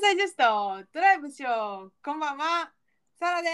西女子とドライブしよう。こんばんは、サラです。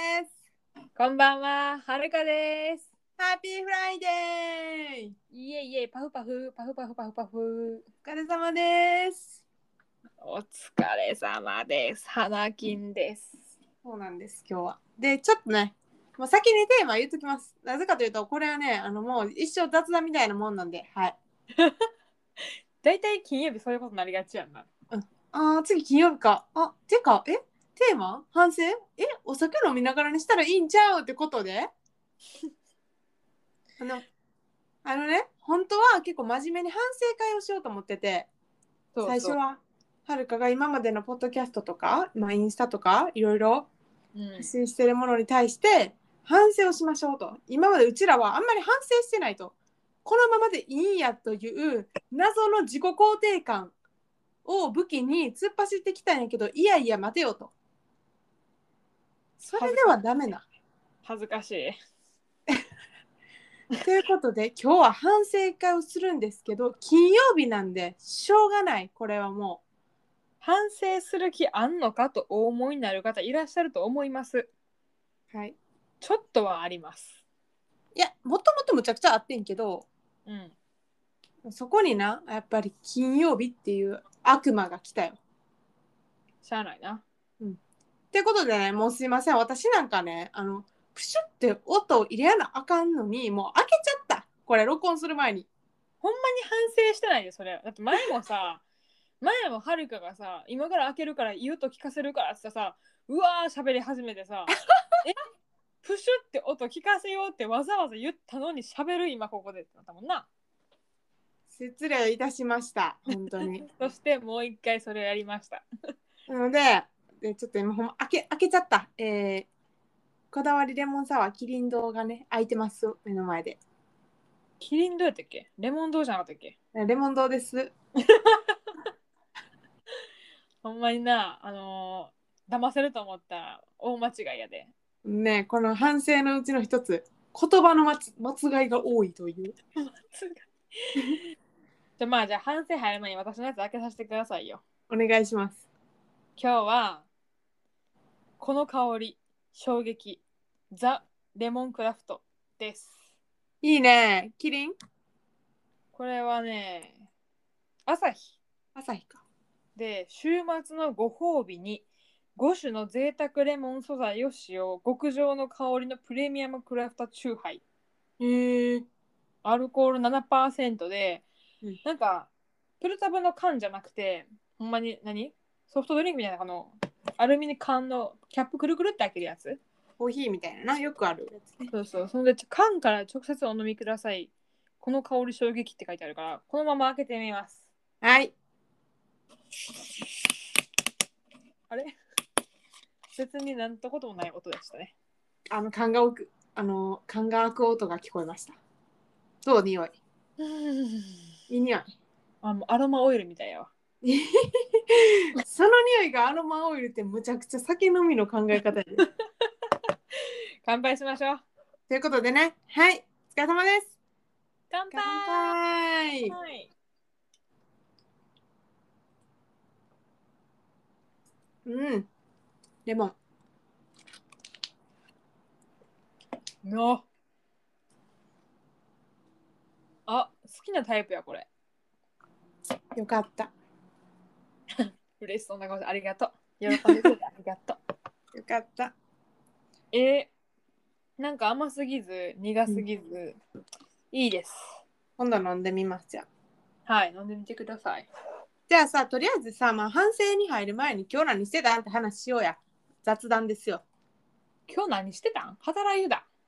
こんばんは、はるかです。 ハッピーフライデー。 イエイイエイ、パフパフ、パフパフパフパフ。 お疲れ様です。 お疲れ様です。花金です。 そうなんです、今日は。で、ちょっとね、もう先にテーマ言っときます。なぜかというと、これはね、もう一生雑談みたいなもんなんで、はい。 だいたい金曜日そういうことになりがちやんな。 次金曜日か。てか、テーマ反省お酒飲みながらにしたらいいんちゃうってことで本当は結構真面目に反省会をしようと思ってて、 そうそう。 最初ははるかが今までのポッドキャストとか、インスタとかいろいろ発信してるものに対して反省をしましょうと。今までうちらはあんまり反省してないと。このままでいいんやという謎の自己肯定感を武器に突っ走ってきたんやけど、いやいや待てよと。それではダメな。 恥ずかしい。 ということで今日は反省会をするんですけど、金曜日なんでしょうがない。これはもう反省する気あんのかとお思いになる方いらっしゃると思います。 はい。 ちょっとはあります。 いや、もともとむちゃくちゃあってんけど、 うん。 そこにな、やっぱり金曜日っていう悪魔が来たよ。 しゃあないな。 ってことでね、もうすいません。私なんかね、プシュって音を入れなあかんのに、もう開けちゃった。これ、録音する前に。 ほんまに反省してないで、それ。だって前もさ、前もはるかがさ、今から開けるから言うと聞かせるからってさ、うわー喋り始めてさ、えプシュって音聞かせようってわざわざ言ったのに喋る今ここでってなったもんな。 失礼いたしました。本当に。 そしてもう一回それをやりました。 なので、ちょっと今ほんま開けちゃった。こだわりレモンサワー、キリン堂がね、開いてます。目の前で。 キリンどうやったっけ、レモンどうじゃなかったっけ。 レモン堂です。 ほんまにな、騙せると思ったら大間違いやで。 ね、この反省のうちの一つ、言葉の間違いが多いという。 じゃあ反省入る前に私のやつ開けさせてくださいよ。 お願いします。 今日はこの香り衝撃ザ・レモンクラフトです。 いいね。キリンこれはね、朝日朝日か。 で週末のご褒美に5種の贅沢レモン素材を使用、極上の香りのプレミアムクラフトチューハイ、 へえ。 アルコール 7% で、 うん、 なんかプルタブの缶じゃなくて、ほんまにソフトドリンクみたいなアルミ缶のキャップくるくるって開けるやつ。 コーヒーみたいなな、よくあるやつね。 そうそう、それで缶から直接お飲みください。この香り衝撃って書いてあるから、このまま開けてみます。 はい。 あれ、別になんとこともない音でしたね。 缶が置く、缶が開く音が聞こえました。どう匂い。いい匂い。 もうアロマオイルみたいやわ。 その匂いがアロマオイルってむちゃくちゃ酒飲みの考え方です。 乾杯しましょう。 ということでね、はい、お疲れ様です。 乾杯。 乾杯。 はい。 うん、レモン。 の好きなタイプやこれ。 よかった。 嬉しそうな顔でありがとう。喜んでくれてありがとう。 よかった。 なんか甘すぎず苦すぎず、いいです。 今度飲んでみますじゃあ。 はい、飲んでみてください。 じゃあさ、とりあえずさ、反省に入る前に今日何してたんって話しようや。雑談ですよ。 今日何してたん？働いてた。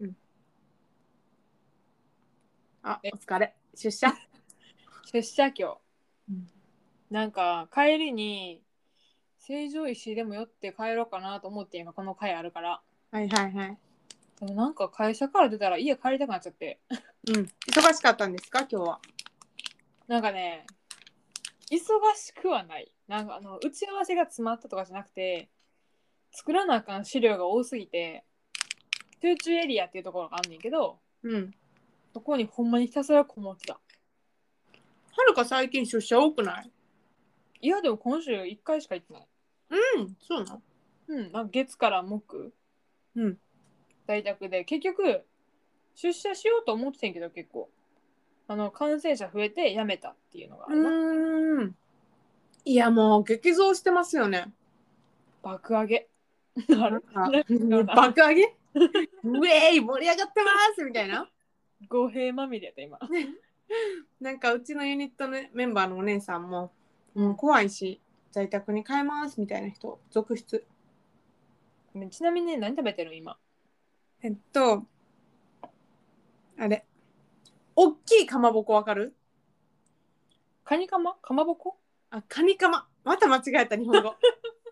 お疲れ。出社出社今日。 うん、 なんか帰りに成城石井でも寄って帰ろうかなと思って今この会あるから。 はいはいはい。 でもなんか会社から出たら家帰りたくなっちゃって。 忙しかったんですか今日は。 なんかね、忙しくはない。なんか打ち合わせが詰まったとかじゃなくて、作らなあかん資料が多すぎて、集中エリアっていうところがあんねんけど、そこにほんまにひたすらこもってた。 はるか最近出社多くない？ いやでも今週1回しか行ってない。 そうなの。 なんか月から木、 うん。 在宅で、結局、出社しようと思ってたんやけど、結構。感染者増えて辞めたっていうのがあるな。 いや、もう激増してますよね。 爆上げ。あれなんか、 なんか爆上げウェーイ盛り上がってますみたいな。 語弊まみれで今。 なんかうちのユニットのメンバーのお姉さんも、もううん怖いし、在宅に変えますみたいな人続出。 ちなみに何食べてる今。 えっと、あれ、おっきいかまぼこわかる？ カニカマかまぼこ。 あ、カニカマ。また間違えた日本語。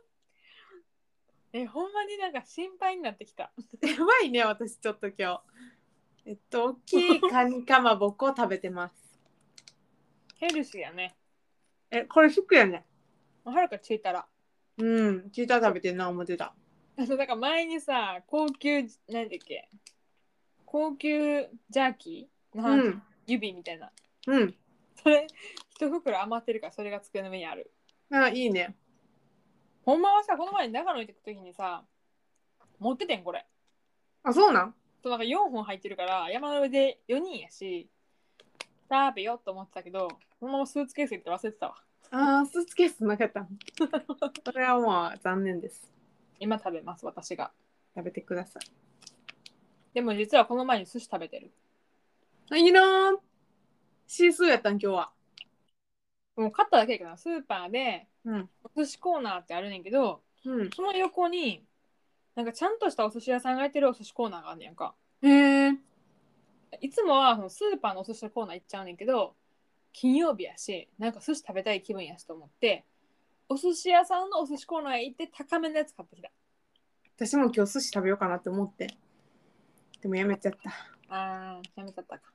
ほんまになんか心配になってきた。 やばいね、私ちょっと今日。おっきいカニかまぼこを食べてます。 ヘルシーやね。 これ服やね。 はるかチータラ。 チーター食べてんな、思ってた。 だから前にさ、高級、なんだっけ、高級ジャーキーの話、指みたいな。それ、一袋余ってるからそれが机の上にある。 あ、いいね。 ほんまはさ、この前に長野行ってくときにさ、持っててん、これ。 あ、そうなん？ なんか4本入ってるから山の上で4人やし食べようと思ってたけど、このままスーツケース入れて忘れてたわ。 スーツケースなかった。それはもう残念です。 今食べます、私が。 食べてください。 でも実はこの前に寿司食べてる。 いいなー。シースーやったん、今日は。 もう買っただけやけど、スーパーでうん。 お寿司コーナーってあるねんけど、その横になんかちゃんとしたお寿司屋さんがやってるお寿司コーナーがあんねやんか。 へえ。 いつもはそのスーパーのお寿司のコーナー行っちゃうねんけど、金曜日やし、なんか寿司食べたい気分やしと思って、お寿司屋さんのお寿司コーナーへ行って高めのやつ買ってきた。 私も今日寿司食べようかなって思って。でもやめちゃった。 やめちゃったか。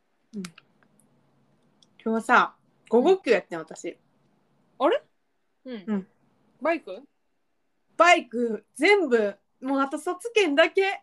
今日さ、午後休やってん、私。 あれ？バイク？ バイク、全部、もうあと卒検だけ。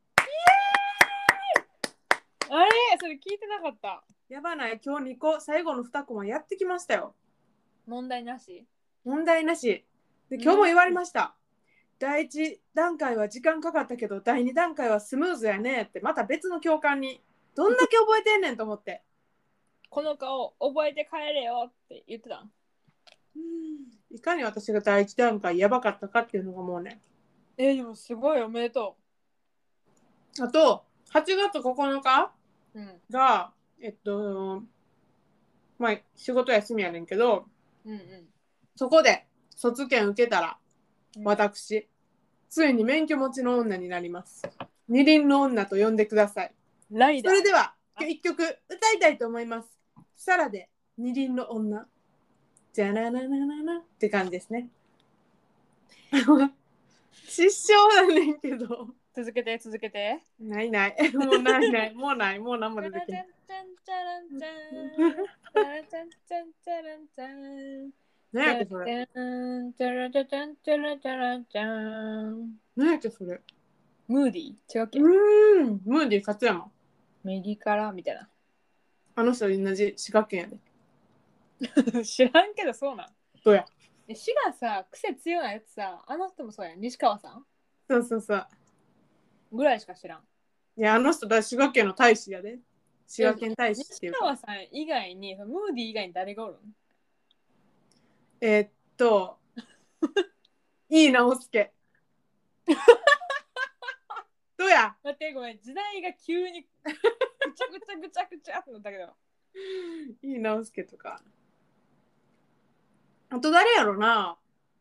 あれそれ聞いてなかった。 やばない、今日2個、最後の2個もやってきましたよ。 問題なし？ 問題なし。で、今日も言われました。第1段階は時間かかったけど、第2段階はスムーズやねって、また別の教官に、どんだけ覚えてんねんと思って。 この顔覚えて帰れよって言ってたん？ いかに私が第1段階やばかったかっていうのがもうね。 でもすごいおめでとあと、8月9日う。 が、まあ、仕事休みやねんけど、そこで卒検受けたら、私、ついに免許持ちの女になります。二輪の女と呼んでください。 ライダー。 それでは、今日一曲歌いたいと思います。サラで二輪の女。じゃらららららって感じですね。失笑なんねんけど。 続けて続けて。 ないない。もうないない。もうない。もう何も出てけん。何やっけそれ。何やっけそれ。 ムーディー？違うっけ？ ムーディ勝山。 メディカラみたいな。 あの人同じ滋賀県やで。知らんけどそうなん。 どうや。 滋賀さ、癖強いやつさ、あの人もそうやん。西川さんそうそうそう。 ぐらいしか知らん。 いや、あの人滋賀県の大使やで。滋賀県大使っていう西川さん以外に、ムーディー以外に誰がおるん？ いい直輔。どうや。 待ってごめん、時代が急にぐちゃぐちゃぐちゃぐちゃってなったけど。 いい直輔とか。あと誰やろな。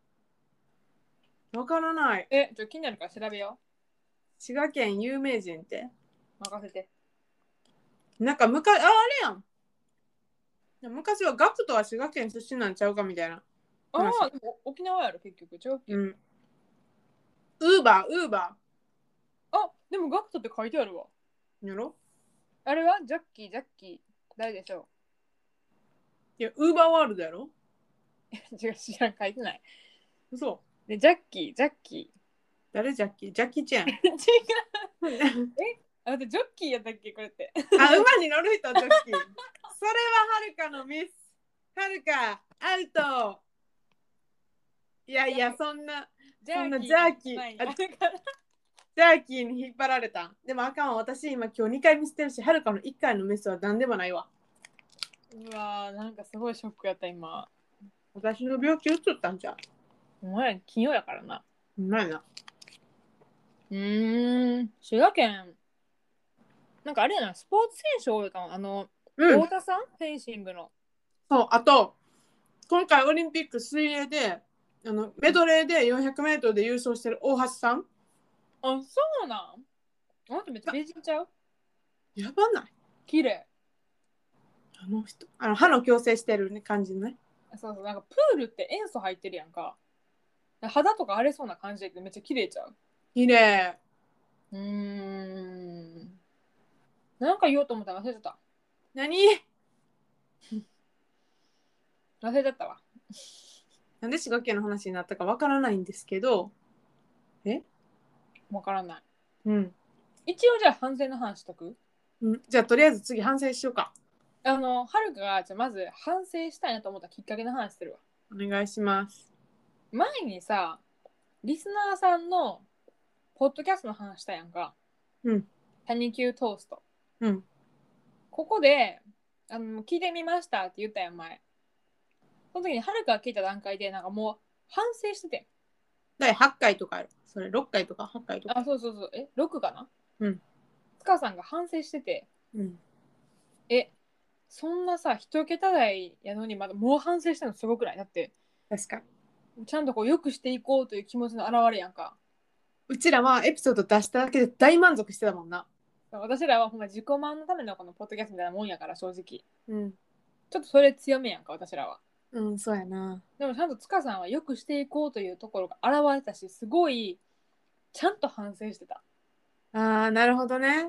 わからない。 気になるから調べよ滋賀県有名人って。 う。任せて。 なんか昔、あれやん。昔はガクトは滋賀県出身なんちゃうかみたいな。 でも沖縄やろ結局。違うっけ？ ウーバー。 でもガクトって書いてあるわ。 やろ？ あれはジャッキー。誰でしょいや、ウーバーワールドやろ？ 違う、知らん、書いてない。 嘘。 で、ジャッキー。 誰ジャッキーちゃん。 違う。待って、ジョッキーやったっけこれって。 馬に乗る人、ジョッキー。それははるかのミス。はるか、アウト。いや、そんな、 ジャそんなーキージャーキー前にあるから。 ジャーキーに引っ張られた。でもあかんわ。私今今日2回見捨てるし、はるかの1回のミスは何でもないわ。 うわー、なんかすごいショックやった今。 私の病気移ったんじゃん。 お前金曜やからな。 うまいな。 滋賀県、なんかあれやな、スポーツ選手多いかも。 うん。 太田さんフェンシングの。 そう、あと、今回オリンピック水泳で、メドレーで400メートルで優勝してる大橋さん。 あ、そうなん。あんためっちゃ美人ちゃう？ やばない？ 綺麗。 あの人。歯の矯正してる、ね、感じのね。 そうそう、なんかプールって塩素入ってるやんか。肌とか荒れそうな感じでめっちゃ綺麗ちゃう？ 綺麗。 なんか言おうと思ったら忘れちゃった。 何？ 忘れちゃったわ。 なんで滋賀県の話になったかわからないんですけど、 わからない。 うん。 一応じゃあ反省の話しとく？ じゃあとりあえず次反省しようか。 はるかがじゃあまず反省したいなと思ったきっかけの話するわ。 お願いします。 前にさ、リスナーさんのポッドキャストの話したやんか。 うん。 谷級トースト。 うん。 ここで聞いてみましたって言ったやん前。その時にはるかが聞いた段階でなんかもう反省してて。 第8回とかある。それ6回とか8回とか。 あ、そうそうそう。6かな。 うん。 塚さんが反省してて。 うん。 そんなさ一桁台やのにまだもう反省したのすごくない？だって確かに。 ちゃんとこう良くしていこうという気持ちの表れやんか。 うちらはエピソード出しただけで大満足してたもんな。 私らはほんま自己満のためのこのポッドキャストみたいなもんやから正直うん。 ちょっとそれ強めやんか私らは。 うん、そうやな。 でもちゃんと塚さんは良くしていこうというところが現れたしすごいちゃんと反省してた。 あー、なるほどね。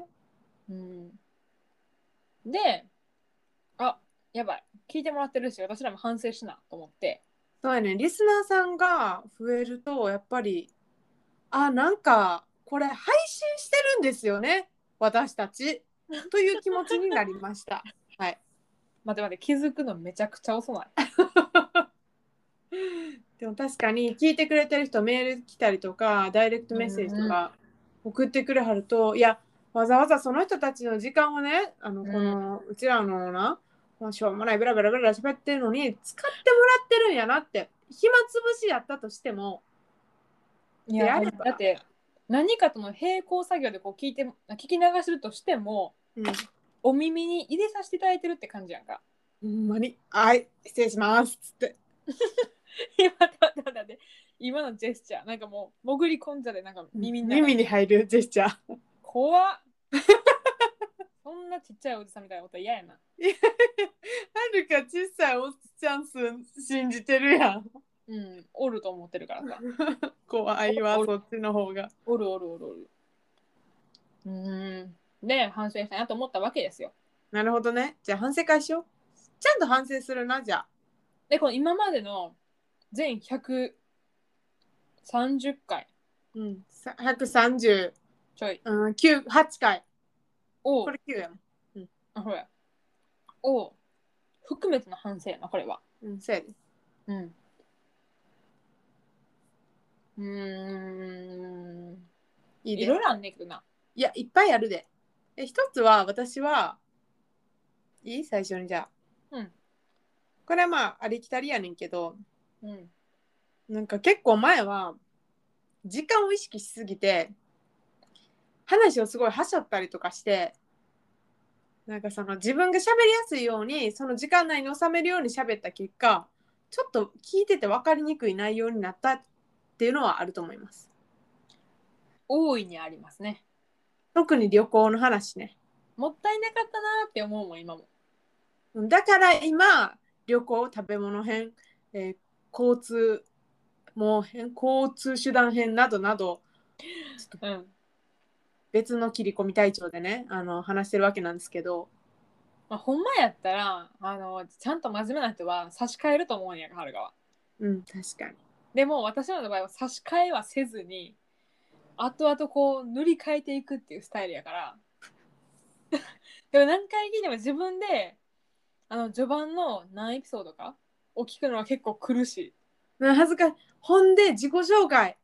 で、あ、やばい聞いてもらってるし私らも反省しなと思って。 そうやね。リスナーさんが増えると、やっぱり、なんか、これ配信してるんですよね。私たち。という気持ちになりました。はい。 待って待って気づくのめちゃくちゃ遅ない？ でも確かに聞いてくれてる人メール来たりとかダイレクトメッセージとか送ってくれはると、いやわざわざその人たちの時間をねこのうちらのなしょうもないブラブラブラ喋ってるのに使ってもらってるんやなって。暇つぶしやったとしてもいやだって何かとの並行作業でこう聞き流してるとしても、お耳に入れさせていただいてるって感じやんか。 ほんまにはい失礼しますっつって今のジェスチャーなんかもう潜り込んじゃでなんか耳に入るジェスチャー怖っそんなちっちゃいおじさんみたいなこと嫌やな。はるか小さいおっちゃん信じてるやん。 おると思ってるからさ怖いわそっちの方が。 おるで反省したいなと思ったわけですよ。 なるほどね。じゃあ反省会しよう。ちゃんと反省するな、じゃあ。 でこの今までの全130回 130、 ちょい 9、8回。 をこれ9やもん。 ほらを含めての反省やなこれは。 そうやで。いいで。 いろいろあんねんけどな。 いや、いっぱいあるで。一つは、私は、いい最初にじゃあ。これはまあ、ありきたりやねんけど、なんか結構前は、時間を意識しすぎて、話をすごいはしょったりとかして、なんかその自分が喋りやすいようにその時間内に収めるように喋った結果ちょっと聞いてて分かりにくい内容になったっていうのはあると思います。 大いにありますね。 特に旅行の話ね。 もったいなかったなって思うもん今も。 だから今旅行食べ物編、交通手段編などなどちょっと別の切り込み隊長でね話してるわけなんですけど、 ほんまやったらちゃんと真面目な人は差し替えると思うんやはるがは。 確かに。 でも私の場合は差し替えはせずに後々こう塗り替えていくっていうスタイルやからでも何回聞いても自分で序盤の何エピソードかを聞くのは結構苦しい。 恥ずかしい。ほんで自己紹介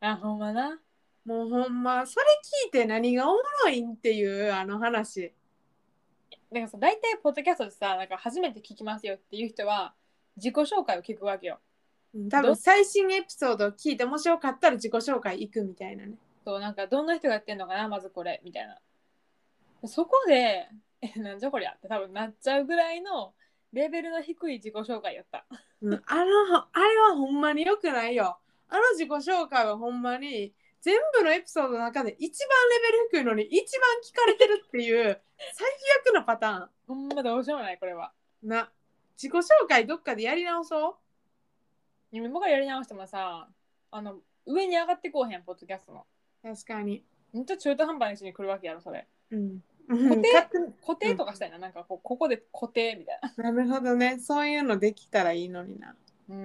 あ、ほんまな。 もうほんまそれ聞いて何がおもろいんっていう話。 なんかさ、大体ポッドキャストでさ、なんか初めて聞きますよっていう人は自己紹介を聞くわけよ。 多分最新エピソードを聞いて面白かったら自己紹介行くみたいなね。 そう、なんかどんな人がやってんのかな、まずこれみたいな。そこでなんじゃこりゃって多分なっちゃうぐらいのレベルの低い自己紹介やった。 あれはほんまに良くないよ。自己紹介はほんまに全部のエピソードの中で一番レベル低いのに一番聞かれてるっていう最悪なパターン。 ほんまどうしようもないこれは。 自己紹介どっかでやり直そう。 今からやり直してもさ、上に上がってこうへん、ポッドキャストの。 確かに。 ほんと中途半端な位置に来るわけやろ、それ。 固固定とかしたいな、なんかここで固定みたいな。なるほどね。そういうのできたらいいのにな。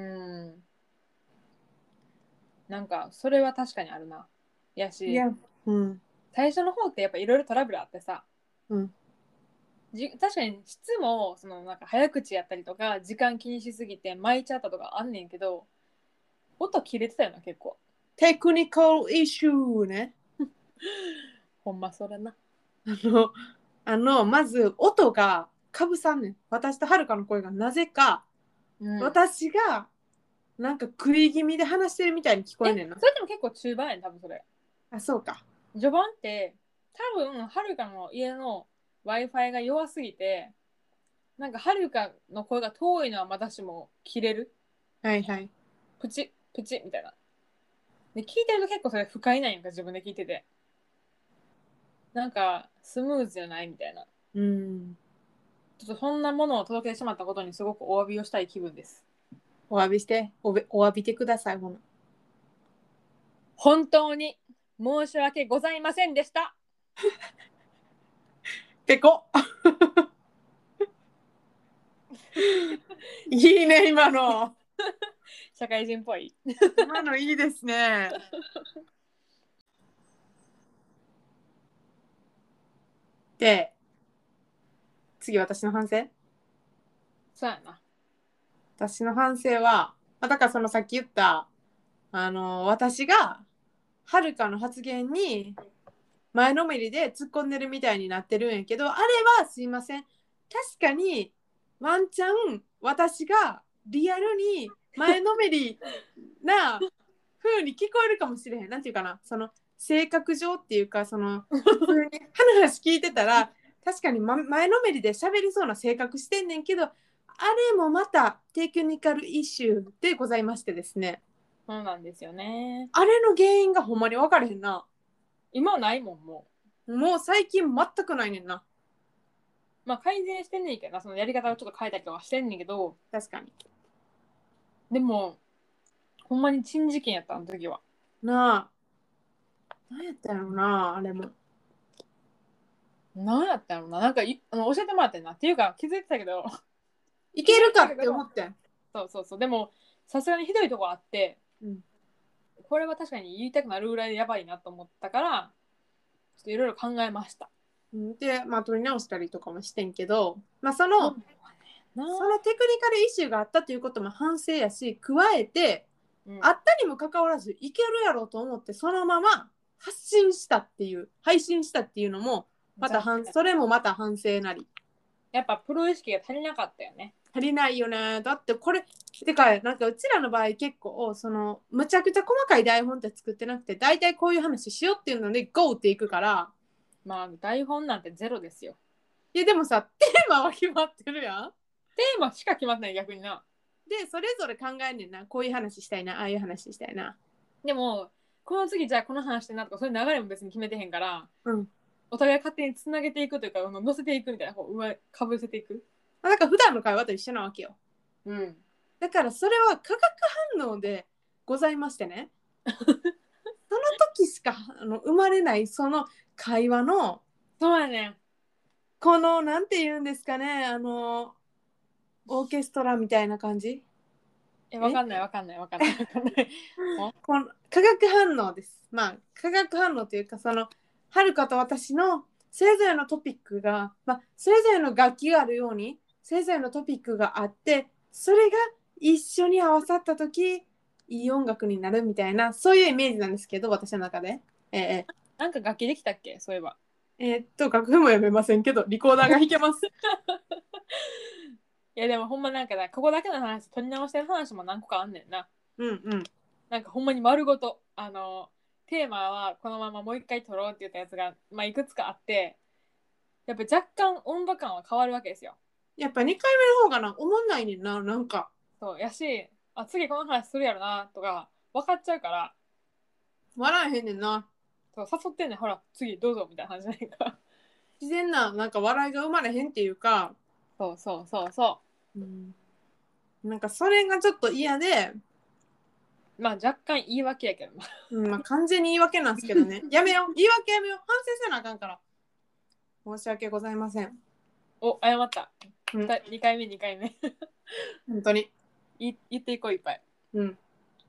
なんかそれは確かにあるな。やし、最初の方ってやっぱいろいろトラブルあってさ、確かに質もそのなんか早口やったりとか時間気にしすぎて巻いちゃったとかあんねんけど、音切れてたよな結構。 テクニカルイシューね。 ほんまそれな。 まず音がかぶさんねん。私とはるかの声がなぜか、私がなんか食い気味で話してるみたいに聞こえねんな。 それでも結構中盤やん多分それ。 あ、そうか。 序盤って多分はるかの家の Wi-Fi が弱すぎて、なんかはるかの声が遠いのは私も切れる。 はいはい。 プチプチみたいな。で聞いてると結構それ不快なんやんか、自分で聞いてて。なんかスムーズじゃないみたいな。ちょっとそんなものを届けてしまったことにすごくお詫びをしたい気分です。 お詫びして、お詫びてください。 本当に申し訳ございませんでした。 ペコいいね、今の。 社会人っぽい。 今のいいですね。で、次私の反省。 そうやな。 私の反省は、だからそのさっき言った、私がはるかの発言に前のめりで突っ込んでるみたいになってるんやけど、あれはすいません。確かにワンチャン私がリアルに前のめりな風に聞こえるかもしれへん。なんていうかな、その性格上っていうか、その普通に話聞いてたら確かに、前のめりで喋りそうな性格してんねんけど、あれもまたテクニカルイシューでございましてですね。 そうなんですよね。 あれの原因がほんまに分かれへんな。 今はないもん、もう最近全くないねんな。 まあ改善してんねんけどな、そのやり方をちょっと変えたりとかしてんねんけど、 確かに。 でもほんまに珍事件やった、あの時は。 なあ。何やったんやろな、あれも。 何やったんやろな、なんか教えてもらってんなっていうか気づいてたけどいけるかって思ってん。 そうでもさすがにひどいとこあって、これは確かに言いたくなるぐらいやばいなと思ったから、ちょっといろいろ考えました。 で、取り直したりとかもしてんけど、そのテクニカルイシューがあったということも反省やし、加えて、あったにもかかわらずいけるやろうと思ってそのまま配信したっていうのもまたそれもまた反省なり。 やっぱプロ意識が足りなかったよね。 足りないよね。だってこれてか、なんかうちらの場合結構そのむちゃくちゃ細かい台本って作ってなくて、大体こういう話しようっていうので GO っていくから。 台本なんてゼロですよ。 いやでもさ、テーマは決まってるやん。 テーマしか決まってない、逆にな。 でそれぞれ考えんねんな。こういう話したいな、ああいう話したいな。 でもこの次じゃあこの話してなとか、そういう流れも別に決めてへんから、お互い勝手につなげていくというか、乗せていくみたいな、かぶせていく。 なんか普段の会話と一緒なわけよ。だからそれは化学反応でございましてね。その時しか生まれないその会話の、 そうやね。 このなんて言うんですかね、オーケストラみたいな感じ。 わかんない。この化学反応です。化学反応というか、そのはるかと私のそれぞれのトピックが、それぞれの楽器があるようにそれぞれのトピックがあって、それが一緒に合わさった時、 いい音楽になるみたいな、そういうイメージなんですけど、私の中で。 なんか楽器できたっけ、そういえば。 楽譜も読めませんけど、リコーダーが弾けます。 いやでもほんまなんかな、ここだけの話、取り直してる話も何個かあんねんな。 うんうん。 なんかほんまに丸ごと、テーマはこのままもう一回取ろうって言ったやつが、まあ、いくつかあって、やっぱ若干温度感は変わるわけですよ。 やっぱ2回目の方がな、おもんないねんな、なんか。 そうやし、次この話するやろなとか分かっちゃうから、 笑えへんねんな。 そう誘ってんねん、ほら次どうぞみたいな感じじゃないか。 自然な、なんか笑いが生まれへんっていうか、 そうそうそうそうん、なんかそれがちょっと嫌で、 う。まあ若干言い訳やけどな。 まあ、完全に言い訳なんですけどね。やめよう。言い訳やめよう。反省せなあかんから。申し訳ございません。 お、謝った。 うん、 2回目、2回目。 本当に。 言っていこう、いっぱい。 うん。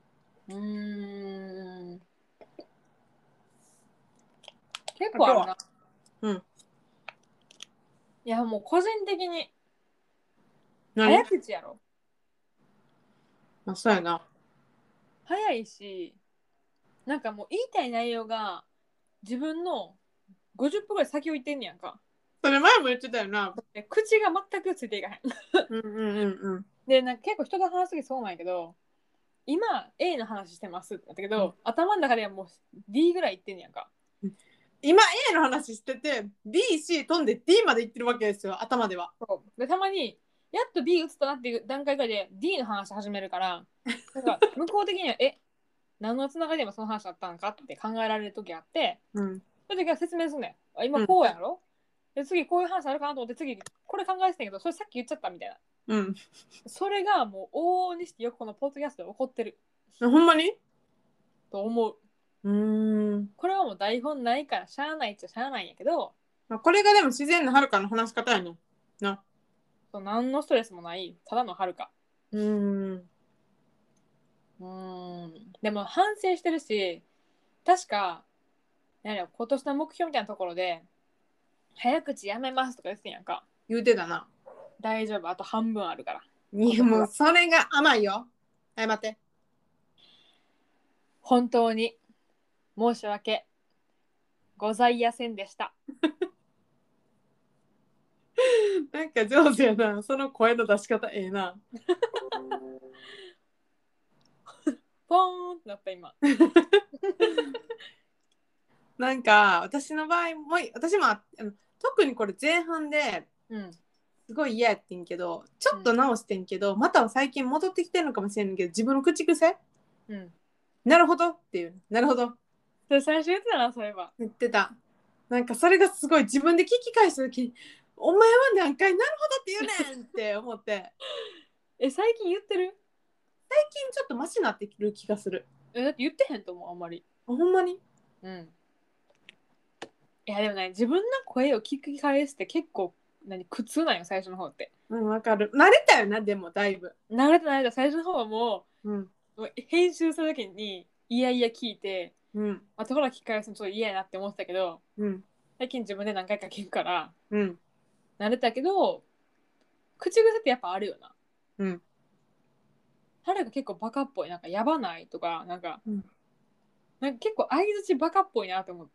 結構あるな。 うん。 いや、もう個人的に、 何？ 早口やろ。 あ、そうやな。 早いし、なんかもう言いたい内容が自分の50分ぐらい先を言ってんねやんか。 それ前も言ってたよな。 で口が全くついていかへん。 うんうんうんうん。 で、なんか結構人が話すときそうなんやけど、今 A の話してますってなったけど、頭の中ではもう D ぐらい言ってんねやんか。 今 A の話してて BC 飛んで D まで行ってるわけですよ、頭では。 そうでたまにやっと B 打つとなっていう段階ぐらいで D の話始めるから、なんか向こう的には何のつながりでもその話だったんかって考えられる時あって、 うん、 そういう時は説明すんねん。今こうやろ、で次こういう話あるかなと思って次これ考えてたけどそれさっき言っちゃったみたいな。 うん。 それがもう往々にしてよくこのポッドキャストで起こってるほんまに？ と思う。これはもう台本ないからしゃあないっちゃしゃあないんやけど、 まあ、これがでも自然なはるかの話し方やねんな。 そう何のストレスもないただのはるか。でも反省してるし、確か今年の目標みたいなところで早口やめますとか言ってたやんか。 言うてたな。 大丈夫、あと半分あるから。 いやもうそれが甘いよ。謝って。 本当に申し訳ございやせんでした。 なんか上手やな。その声の出し方ええな。 ポーンってなった今。 なんか私の場合も私も特にこれ前半ですごい嫌やってんけど、ちょっと直してんけど、また最近戻ってきてるのかもしれんけど、自分の口癖、なるほどっていう、なるほど。 それ最初言ってたな、そういえば。 言ってた。なんかそれがすごい自分で聞き返した時に、お前は何回なるほどって言うねんって思って。 最近言ってる？ 最近ちょっとマシになってくる気がする。 だって言ってへんと思う、あんまり。 ほんまに？ いやでもね、自分の声を聞き返すって結構苦痛なんよ、最初の方って。 わかる。慣れたよな、でもだいぶ。 慣れてないと最初の方はもう編集するときにいやいや聞いて、後から聞き返すのちょっと嫌やなって思ってたけど、最近自分で何回か聞くから、慣れたけど、口癖ってやっぱあるよな。彼が結構バカっぽい、なんかやばないとか、なんか結構相づちバカっぽいなと思って。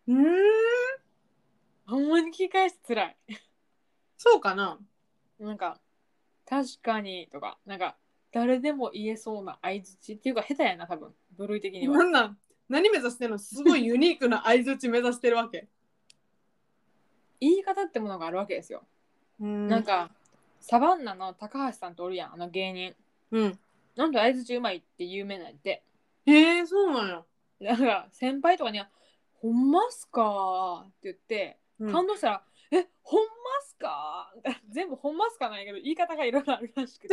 ほんまに聞き返してつらい。 そうかな。 なんか確かにとか、なんか誰でも言えそうな相づちっていうか下手やな、多分部類的には。 何目指してんの？すごいユニークな相づち目指してるわけ。 言い方ってものがあるわけですよ。なんかサバンナの高橋さんとおるやん、あの芸人。なんと相づちうまいって有名なんで。 へえ、そうなんや。 なんか先輩とかには「ほんますか?」って言って、感動したら「ほんますか?」全部ほんますかなんやけど言い方がいろいろあるらしくて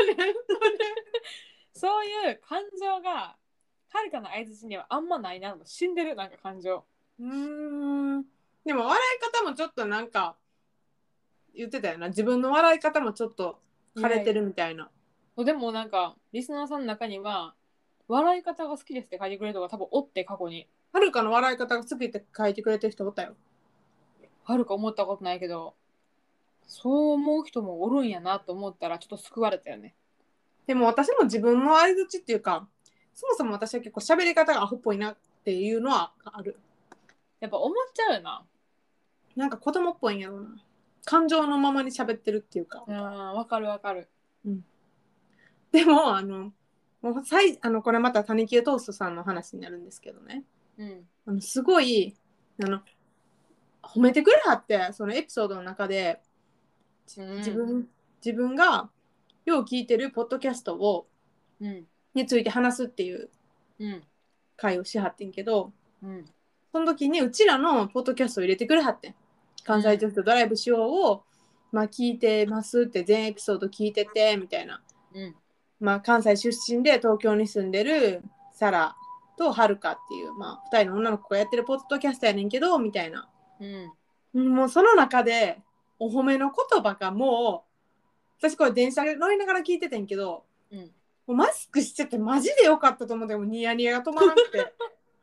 そういう感情がはるかの相づちにはあんまないな。死んでる、なんか感情。 でも笑い方もちょっとなんか言ってたよな。自分の笑い方もちょっと枯れてるみたいな。 でもなんかリスナーさんの中には笑い方が好きですって書いてくれる人が多分おって、過去に。 はるかの笑い方が好きって書いてくれてる人おったよ。 はるか思ったことないけど、そう思う人もおるんやなと思ったらちょっと救われたよね。 でも私も自分の相槌っていうか、そもそも私は結構喋り方がアホっぽいなっていうのはある。 やっぱ思っちゃうよな。 なんか子供っぽいんやろうな。感情のままに喋ってるっていうか。 わかるわかる。 うん、でももうこれまたタニキュートーストさんの話になるんですけどね。すごい褒めてくれはって、そのエピソードの中で、自分がよう聞いてるポッドキャストを、について話すっていう会をしはってんけど、その時にうちらのポッドキャストを入れてくれはってん。関西女子とドライブしようを、聞いてますって全エピソード聞いててみたいな、関西出身で東京に住んでるサラとはるかっていう、2人の女の子がやってるポッドキャストやねんけどみたいな、もうその中でお褒めの言葉がもう、私これ電車乗りながら聞いててんけど、もうマスクしててマジでよかったと思って、もニヤニヤが止まらなくて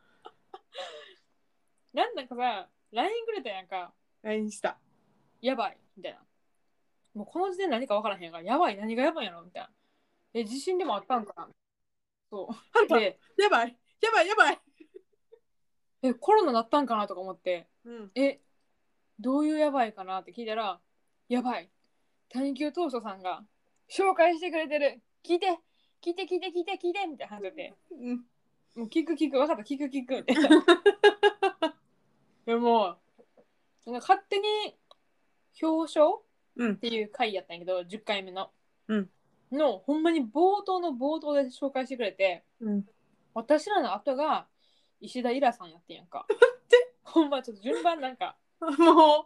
なんかさ、LINE くれたやんか。 LINE した。 やばいみたいな。もうこの時点何か分からへんから、やばい、何がやばいんやろみたいな。地震でもあったんかな。そう。 で、やばいやばいやばいコロナなったんかなとか思って、 うんどういうやばいかなって聞いたら、やばい、谷球当初さんが紹介してくれてる、聞いて聞いて聞いて聞いて聞いてみたいな話で、もう聞く分かった聞くみたいなでもなんか勝手に表彰っていう回やったんやけど、10回目の、のほんまに冒頭の冒頭で紹介してくれて、私らの後が石田イラさんやってんやんかほんまちょっと順番なんかもう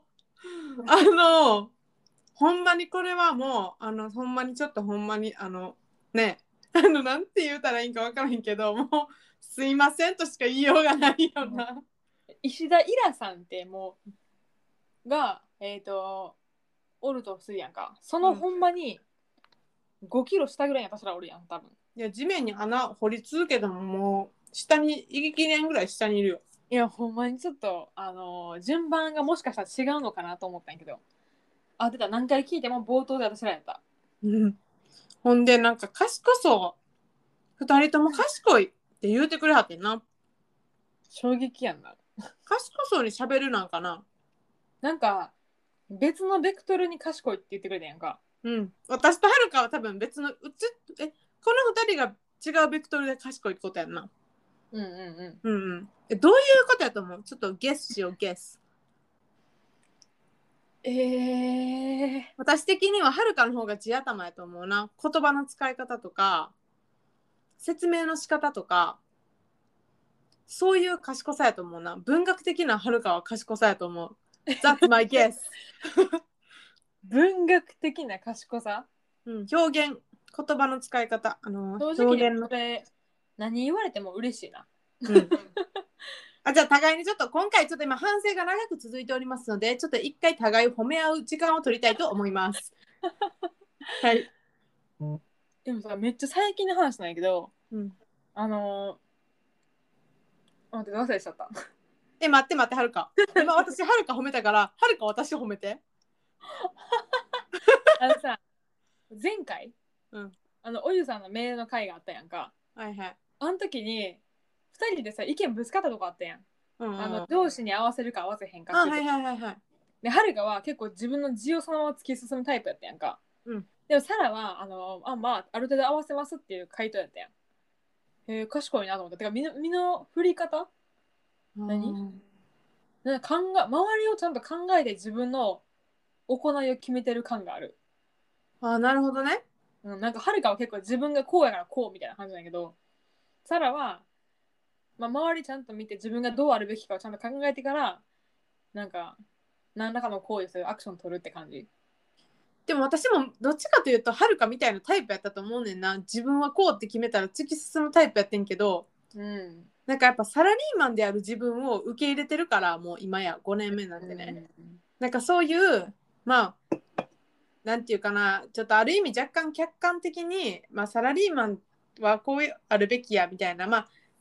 ほんまにこれはもうほんまにちょっとほんまにねなんて言うたらいいんか分からへんけど、もうすいませんとしか言いようがないよな。 石田イラさんってもうがおるとするやんか、そのほんまに5キロ下ぐらいに私らおるやん多分。 いや地面に穴掘り続けてももう下に行ききれんぐらい下にいるよ。 いやほんまにちょっと順番がもしかしたら違うのかなと思ったんやけど、出た、何回聞いても冒頭で私らやった。 ほんでなんか賢そう2人とも賢いって言うてくれはってんな。 衝撃やんな。 賢そうに喋るなんかな。 なんか別のベクトルに賢いって言ってくれたやんか。 私とはるかは多分別のこの2人が違うベクトルで賢いことやんな。どういうことやと思う？ちょっとゲスしよう、ゲス。私的にははるかの方が地頭やと思うな。言葉の使い方とか説明の仕方とか、そういう賢さやと思うな。文学的なはるかは賢さやと思う。That's my guess 文学的な賢さ、 表現、言葉の使い方、 正直にこれ何言われても嬉しいな。 じゃあ互いにちょっと今回ちょっと今反省が長く続いておりますので、ちょっと一回互いを褒め合う時間を取りたいと思いますはい。 でもさ、めっちゃ最近の話なんやけど、待って、忘れちゃった。 待ってはるか。今私はるか褒めたから、はるか私褒めて。 さ、前回、おゆさんのメールの回があったやんか。あの時に2人でさ意見ぶつかったとこあったやん。上司に合わせるか合わせへんかっていう。ではるかは結構自分の字をそのまま突き進むタイプやったやんか。でもサラはある程度合わせますっていう回答やったやん。賢いなと思った。てか身の振り方なんか周りをちゃんと考えて自分の行いを決めてる感がある。 なるほどね。 なんかはるかは結構自分がこうやからこうみたいな感じなんやけど、サラは、周りちゃんと見て自分がどうあるべきかをちゃんと考えてからなんか何らかの行為するアクション取るって感じ。 でも私もどっちかというとはるかみたいなタイプやったと思うねんな。自分はこうって決めたら突き進むタイプやってんけど、なんかやっぱサラリーマンである自分を受け入れてるから、もう今や5年目なんでね、なんかそういうなんていうかな、ちょっとある意味若干客観的に、サラリーマンはこうあるべきやみたいな、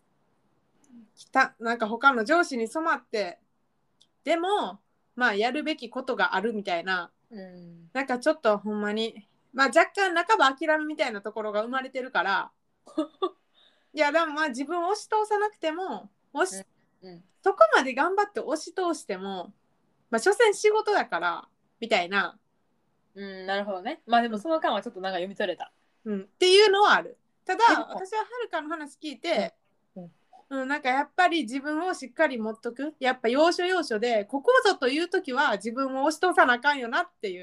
なんか他の上司に染まってでもやるべきことがあるみたいな、なんかちょっとほんまにまあ若干半ば諦めみたいなところが生まれてるからいやでもまあ自分を押し通さなくてもうん。 そこまで頑張って押し通してもまあ所詮仕事だからみたいな、 うん、なるほどね。まあでもその間はちょっとなんか読み取れた。 うん、っていうのはある。ただでも、 私ははるかの話聞いて、 うんなんかやっぱり自分をしっかり持っとく、やっぱ要所要所でここぞという時は自分を押し通さなあかんよなっていう。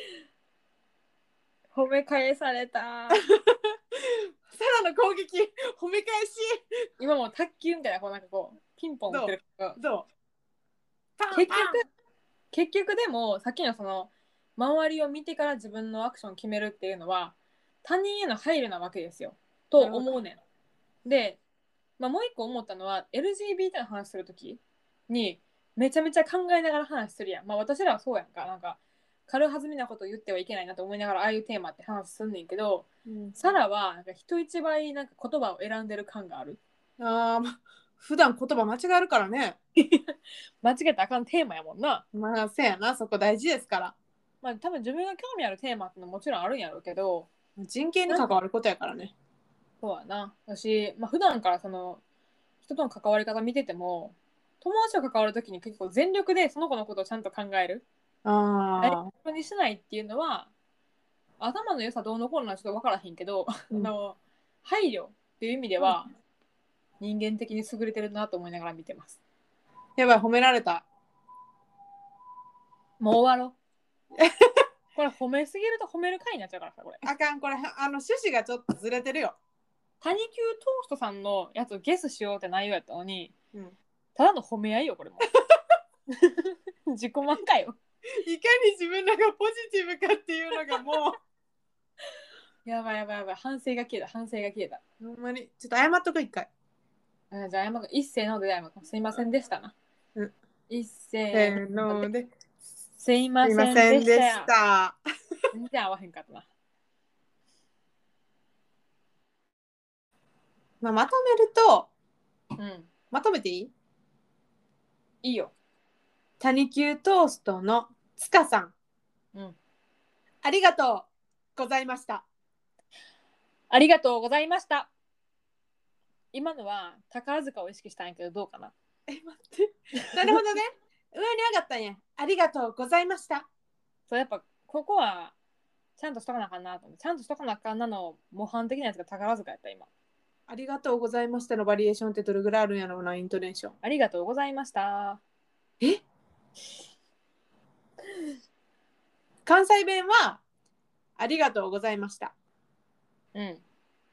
褒め返された。 さらの攻撃褒め返し今もう卓球みたいな、こうなんかこう、ピンポン打ってるけど、 どうパン結パン結局でも、さっきのその、周りを見てから自分のアクションを決めるっていうのは、他人への配慮なわけですよ。と思うねん。で、まあ、もう一個思ったのは、LGBT の話するときに、めちゃめちゃ考えながら話するやん。まあ私らはそうやんか。なんか、軽はずみなこと言ってはいけないなと思いながら、ああいうテーマって話すんねんけど、サラはなんか人一倍なんか言葉を選んでる感がある。 普段言葉間違えるからね。 間違えたらあかんテーマやもんな。 まあせやな、そこ大事ですから。 まあ多分自分が興味あるテーマってのももちろんあるんやろうけど、 人権に関わることやからね。 そうやな。私、まあ、普段からその人との関わり方見てても、友達と関わるときに結構全力でその子のことをちゃんと考える。大あ丈夫にしないっていうのは、頭の良さどうのこうのはちょっと分からへんけど、配慮っていう意味では、人間的に優れてるなと思いながら見てます。 やばい、褒められた。 もう終わろう。これ褒めすぎると褒める回になっちゃうからさ、これ。 あかん、これ趣旨がちょっとずれてるよ。 谷球トーストさんのやつをゲスしようって内容やったのに、 うん、 ただの褒め合いよ、これも。自己満かよ。 いかに自分らがポジティブかっていうのがもやばいやばいやばい。反省が消えた、反省が消えた。 うほんまにちょっと謝っとく一回。 じゃあ謝る、一斉ので謝る。すいませんでしたな。 うん、 一せ斉ーので。 すいますせいませんでしんでした。 た。 全然合わへんかったな。 まとめると、 うん。 まとめていい？ いいよ。 谷球トーストのつかさん、 うん。 ありがとうございました。 ありがとうございました。今のは宝塚を意識したんやけど、どうかな。 待って。なるほどね。上に上がったんや。ありがとうございました。 そう、やっぱここはちゃんとしとかなあかんなと思って、ちゃんとしとかなあかんなの模範的なやつが宝塚やった今。 ありがとうございましたのバリエーションってどれぐらいあるんやろうな、イントネーション。 ありがとうございました。 え関西弁はありがとうございました。 うん。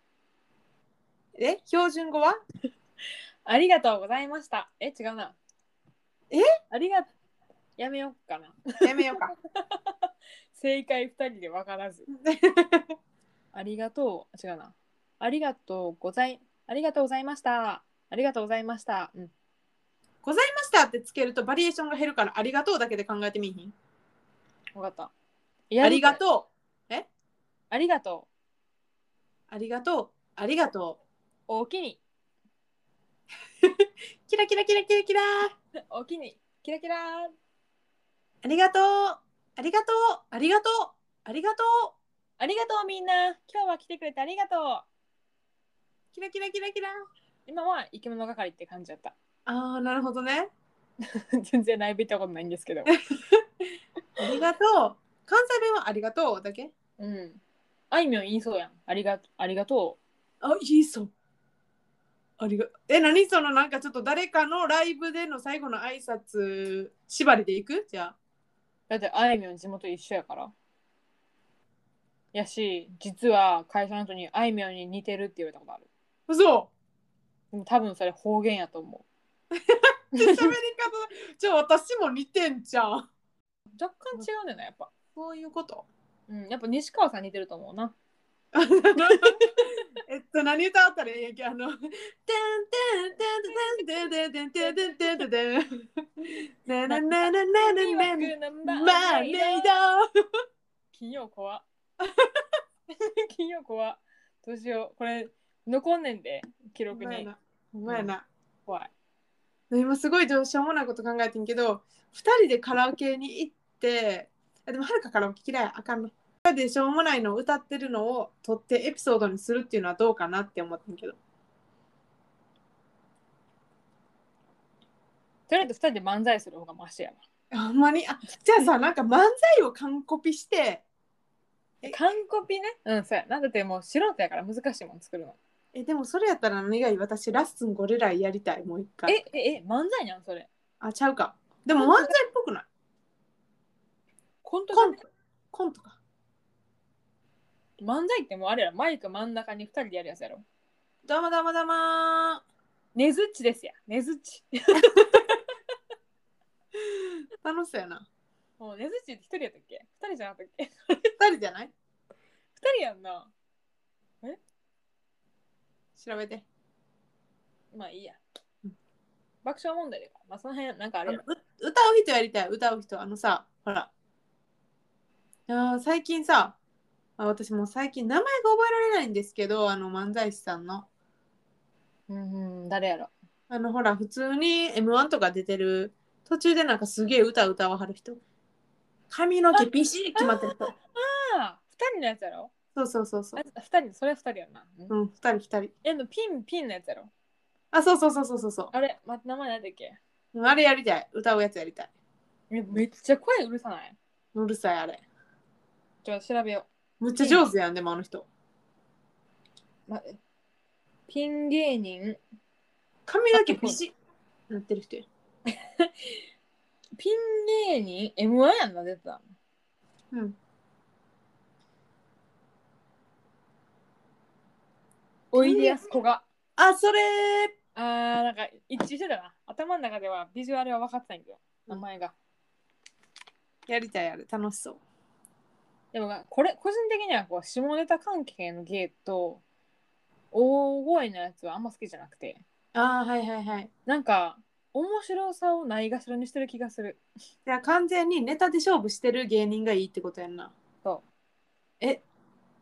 標準語はありがとうございました。違うな。ありがやめようかな。 やめようか。 正解2人で分からず。ありがとう。違うな。ありがとうございました。ありがとうございました。うん。 ございましたってつけるとバリエーションが減るからありがとうだけで考えてみひん？ 分かった。 ありがとう。 ありがとありがとう。ありがとう。おおきに。 う。キラキラキラキラキラ。 おおきに。キラキラ。 ありがとう。ありがとう。ありがとう。ありがとう。 ありがとうみんな。今日は来てくれてありがとう。 キラキラキラキラ。 今は生き物係って感じだった。 あー、なるほどね。 全然ライブ行ったことないんですけど。 ありがとう。関西弁はありがとうだけ？ うん。あいみょん言いそうやん。ありがとあ、いいそう。何そのなんかちょっと誰かのライブでの最後の挨拶縛りでいく？じゃあ。 だってあいみょん地元一緒やから。やし、実は会社の人にあいみょんに似てるって言われたことある。 嘘。 でも多分それ方言やと思う。 喋り方私も似てんじゃん。 若干違うねんな、やっぱ。 そういうこと。 うん、やっぱ西川さん似てると思うな。 何歌ったらいいやんけ、てんてんてんてんてんてんてんてんてんてんてんねねねねねねねマネード。 金曜怖。金曜怖。どうしよう。これ残んねんで、記録に。 お前な。 怖い。 今すごいしょうもないこと考えてんけど、2人でカラオケに行って、でもはるかカラオケ嫌いあかんの。 でしょうもないのを歌ってるのを撮ってエピソードにするっていうのはどうかなって思ってんけど。 とりあえず2人で漫才する方がマシやわ。 ほんまにじゃあさ、なんか漫才を完コピして。 完コピね。うん、そうやな。だってもう素人やから難しいもん作るの。 でもそれやったら何がいい？私ラッスンゴレライやりたい、もう一回。 漫才なんそれ。 ちゃうか。でも漫才っぽくない？ コントじゃね？ コントか。 漫才ってもうあれやろ、マイク真ん中に2人でやるやつやろ。 どうもどうもどうもー。 ねずっちですや。ねずっち。 楽しそうやな。 もうねずっちって1人やったっけ？ 2 人じゃなかったっけ？ 2人じゃない？ 2 人やんな。 調べて。 まあいいや。爆笑問題でか。まあその辺なんかあれやろ。 歌う人やりたい。歌う人。さ、ほら。最近さ、私もう最近名前が覚えられないんですけど、漫才師さんの。 誰やろ。 ほら、普通に M1 とか出てる、途中でなんかすげえ歌わはる人。髪の毛ビシッ決まってる人。 2人のやつやろ。 そうそうそうそう。 2人、それは2人やな。 2人。 ピンのやつやろ。 そうそう。 あれ、名前何だっけ？ あれやりたい。歌うやつやりたい。 めっちゃ声うるさない？ うるさい、あれ。 ちょっと調べよう。むっちゃ上手やん、でもあの人。 ピン芸人。 髪の毛ビシッなってる人や。 ピン芸人 M1 やんな、出てた。おいでやすこが。 それなんか一致してたな。頭の中ではビジュアルは分かってたんやけど、名前が。 やりたい、あれ。楽しそう。 でもこれ個人的にはこう下ネタ関係の芸と大声のやつはあんま好きじゃなくて、 はい。 なんか面白さをないがしろにしてる気がする。 じゃあ完全にネタで勝負してる芸人がいいってことやんな。 そう。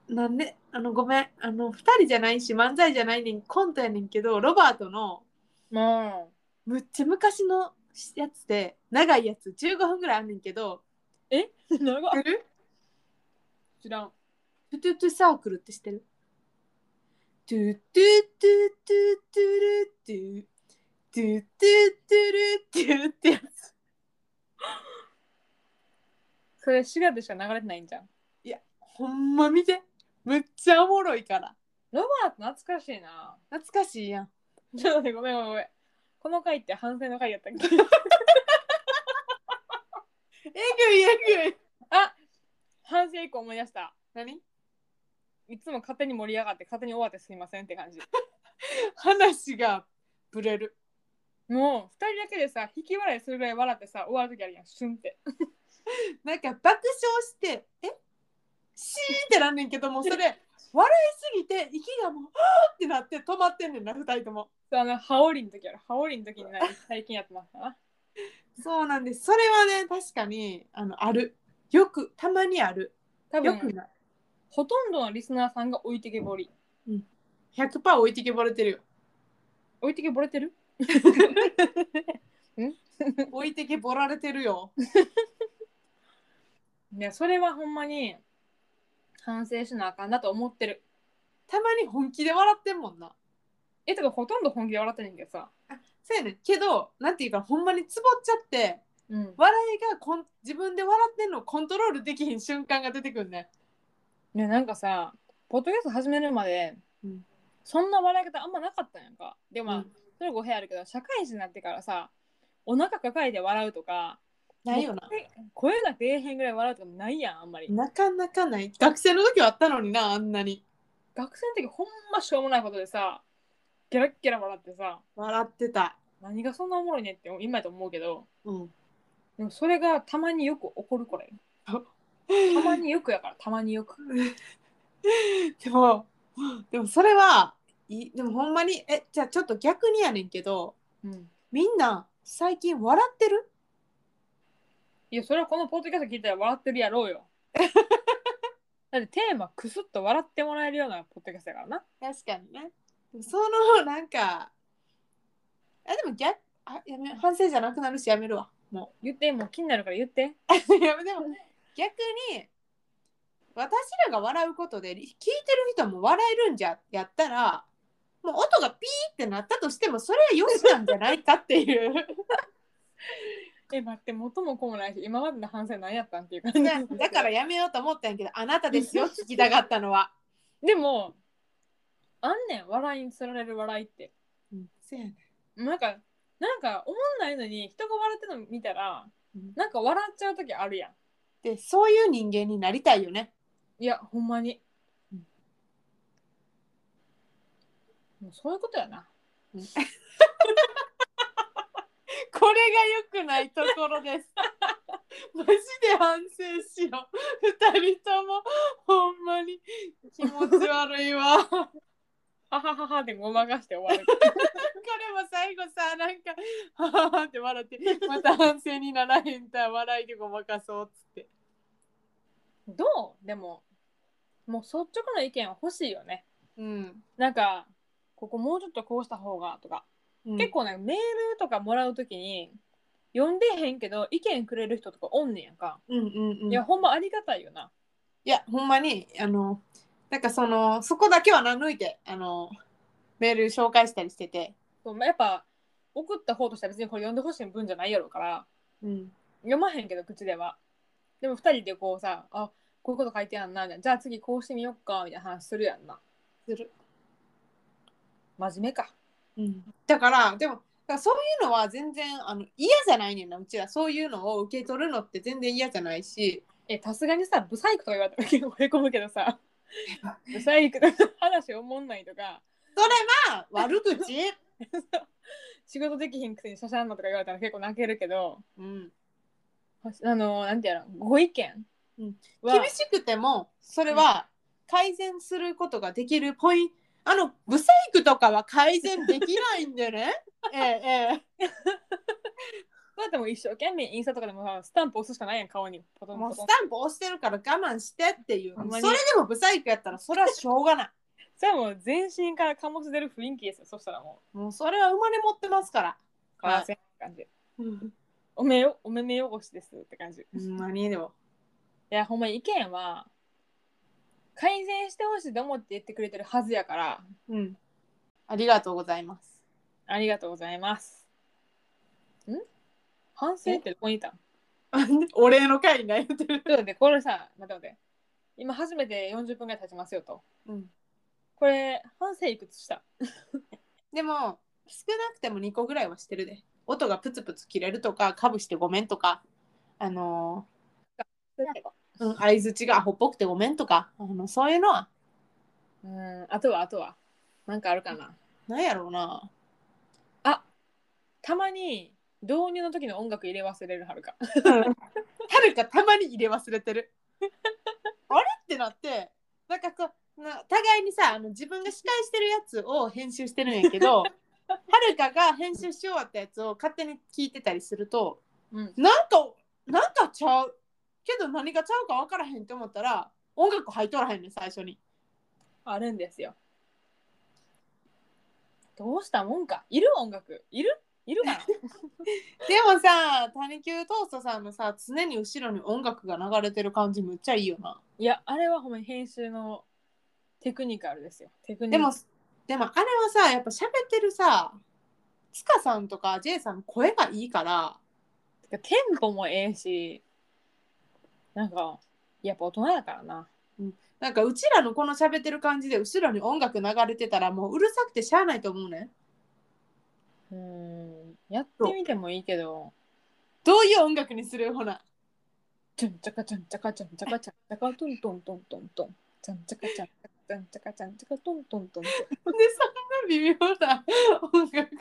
なんでごめん。2人じゃないし漫才じゃないねん、コントやねんけど、ロバートのむっちゃ昔のやつで、長いやつ15分ぐらいあんねんけど。 長知ってる？ 知らん。 トゥトゥトゥサークルって知ってる？トゥトゥトゥトゥトゥルトゥトゥトゥトゥルトゥってやつ。 それ4月でしか流れてないんじゃん。 いや、ほんま見て。むっちゃおもろいから。 ロバート懐かしいな。 懐かしいやん。 ちょっと待って、ごめん。この回って反省の回やったっけ？ えぐい。 反省以降思い出した。 何？ いつも勝手に盛り上がって勝手に終わってすいませんって感じ。 話がブレる。 もう2人だけでさ、引き笑いするぐらい笑ってさ、終わるときあるやん、シュンって。 なんか爆笑してシーってなんねんけども、それ笑いすぎて息がもうはーってなって止まってんねんな、2人とも。 ハオリの時ある。ハオリの時に最近やってましたな。 そうなんです。それはね、確かにある。よくたまにある。 多分よくない。 ほとんどのリスナーさんが置いてけぼり。 100% 置いてけぼれてるよ。 置いてけぼれてる？ 置いてけぼられてるよ。 いや、それはほんまに反省しなあかんなと思ってる。 たまに本気で笑ってんもんな。 とかほとんど本気で笑ってんねんけどさ。 そうやねんけど、なんていうかほんまにつぼっちゃって、笑いが自分で笑ってんのをコントロールできひん瞬間が出てくるね。 ね、なんかさ、ポッドキャスト始めるまで、そんな笑い方あんまなかったんやんか。でも、それ語弊あるけど、社会人になってからさ、お腹抱えて笑うとか、 ないよな。 声が出えへんぐらい笑うとかないやん、あんまり。 なかなかない。学生の時はあったのにな、あんなに。 学生の時ほんましょうもないことでさ、ゲラッゲラ笑ってさ、 笑ってた。 何がそんなおもろいねって今やと思うけど、 でもそれがたまによく起こるこれ。たまによくやから、たまによく。 でもそれでもほんまにじゃあちょっと逆にやねんけど、みんな最近笑ってる？ いや、それはこのポッドキャスト聞いたら笑ってるやろうよ。だってテーマクスッと笑ってもらえるようなポッドキャストだからな。 確かにね。なんかでも反省じゃなくなるしやめるわ。もう言って、もう気になるから言って。 でも逆に私らが笑うことで聞いてる人も笑えるんじゃやったら、もう音がピーってなったとしてもそれはよしなんじゃないかっていう待って、元も子もないし、今までの反省何やったんっていう感じ、 ね、だからやめようと思ったんやけど、あなたですよ聞きたかったのは。 でもあんねん、笑いにつられる笑いって。 そうやね。 なんかおもんないのに人が笑ってるの見たら、なんか笑っちゃう時あるやん。 で、そういう人間になりたいよね。 いやほんまに、もうそういうことやな。 これが良くないところです。マジで反省しよう。二人ともほんまに気持ち悪いわ。こははははでごまかして終わる。 れも最後さ、なんかはははって笑ってまた反省にならへんた笑いでごまかそうっつって。 どうでももう率直な意見は欲しいよね。 うん。 なんかここもうちょっとこうした方がとか、結構ねメールとかもらうときに読んでへんけど意見くれる人とかおんねんやんか。いやほんまありがたいよな。 いやほんまになんかそこだけは抜いてメール紹介したりしてて、 そうやっぱ送った方としては別にこれ読んでほしい文じゃないやろうから、読まへんけど口では。でも2人でこうさ、あこういうこと書いてあんな、じゃあ次こうしてみよっかみたいな話するやんな。 する。 真面目か。 だからでもそういうのは全然嫌じゃないねんな。うちはそういうのを受け取るのって全然嫌じゃないし。 さすがにさブサイクとか言われたら結構へこむけどさブサイクとか話おもんないとか、 それは悪口仕事できひんくせにしゃしゃんのとか言われたら結構泣けるけど、なんていうの、ご意見厳しくてもそれは改善することができるポイント。ブサイクとかは改善できないんでね。 だってもう一生懸命インスタとかでもさスタンプ押すしかないやん、顔にポトンポトン。 もうスタンプ押してるから我慢してっていう。それでもブサイクやったらそれはしょうがない。 それはもう全身から醸し出る雰囲気ですよ。そしたらもうそれは生まれ持ってますから。 感じ。お目目汚しですって感じ。 何でも。 いやほんまに意見は改善してほしいと思って言ってくれてるはずやから。 ありがとうございます。 ありがとうございます。反省ってどこにいたん？ お礼の会になってる。 そうでこれさ、待って今初めて40分ぐらい経ちますよと。これ反省いくつした？ でも少なくても2個ぐらいはしてるで。音がプツプツ切れるとか、かぶしてごめんとか、相づちがアホっぽくてごめんとか、そういうのは。 あとはなんかあるかな。 なんやろうな。 たまに導入の時の音楽入れ忘れるはるか。 はるかたまに入れ忘れてる。あれってなって、なんか互いにさ自分が司会してるやつを編集してるんやけどはるかが編集し終わったやつを勝手に聞いてたりすると、なんかちゃうけど何がちゃうか分からへんって思ったら音楽入っとらへんねん。最初にあるんですよ。どうしたもんか。いる音楽いるかな。 でもさ、谷球トーストさんのさ常に後ろに音楽が流れてる感じむっちゃいいよな。 いやあれはほんまに編集のテクニカルですよ。 でもあれはさやっぱ喋ってるさつかさんとか J さんの声がいいからテンポもええし、なんかやっぱ大人やからな。 なんかうちらのこの喋ってる感じで後ろに音楽流れてたらもううるさくてしゃあないと思うね。 やってみてもいいけど、 どういう音楽にする？ほなチャンチャカチャンチャカチャンチャカチャンチャカトントントントントンチャンチャカチャンチャンチャカチャンチャカトントントントン。でそんな微妙な音楽で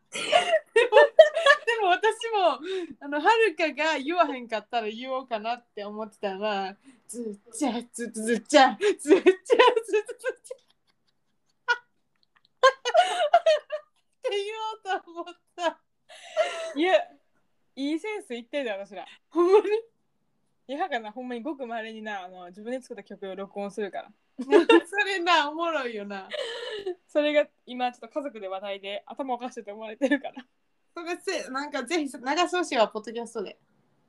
も私もはるかが言わへんかったら言おうかなって思ってたらずっちゃずっずっちゃずっちゃずっずっちゃって言おうと思った。 いやいいセンス言ってるで私ら。 ほんまにいやかな、ほんまにごくまれにな自分で作った曲を録音するから。 それなおもろいよな。 それが今ちょっと家族で話題で頭おかしいと思われてるから。 それなんかぜひ流してほしいわポッドキャストで。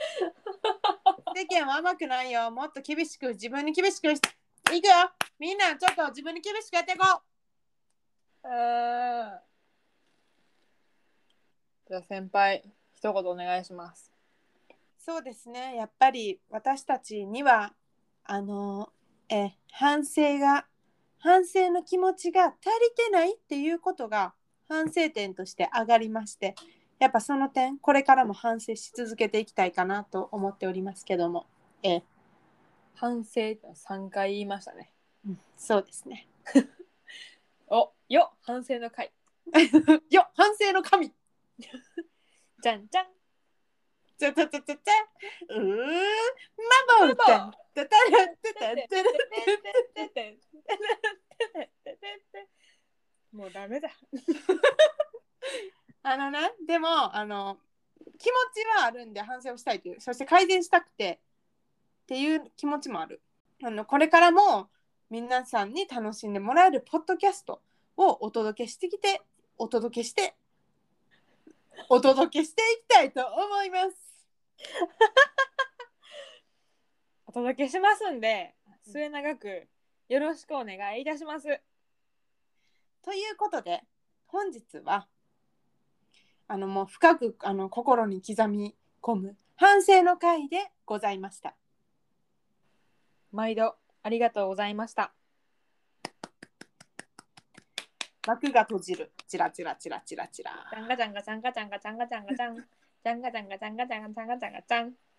世間は甘くないよ。もっと厳しく、自分に厳しくいくよ。みんなちょっと自分に厳しくやっていこう。 じゃあ先輩、一言お願いします。 そうですね。やっぱり私たちには反省の気持ちが足りてないっていうことが反省点として上がりまして、やっぱその点これからも反省し続けていきたいかなと思っておりますけども、 反省3回言いましたね。 そうですね。 反省の回。 反省の神。 じゃんじゃん。 ちゃちゃちゃちゃちゃ。マボちゃん。 もうダメだ。 でも気持ちはあるんで反省をしたいという、そして改善したくてっていう気持ちもある。これからも皆さんに楽しんでもらえるポッドキャストをお届けしていきたいと思います。 お届けしますんで、末永くよろしくお願いいたします。 ということで本日はもう深く心に刻み込む反省の回でございました。 毎度ありがとうございました。 幕が閉じる。チラチラチラチラチラ。 チャンガチャンガチャンガチャンガチャンガチャンガチャン。チャンガチャンガチャンガチャンガチャンガチャンガチャン。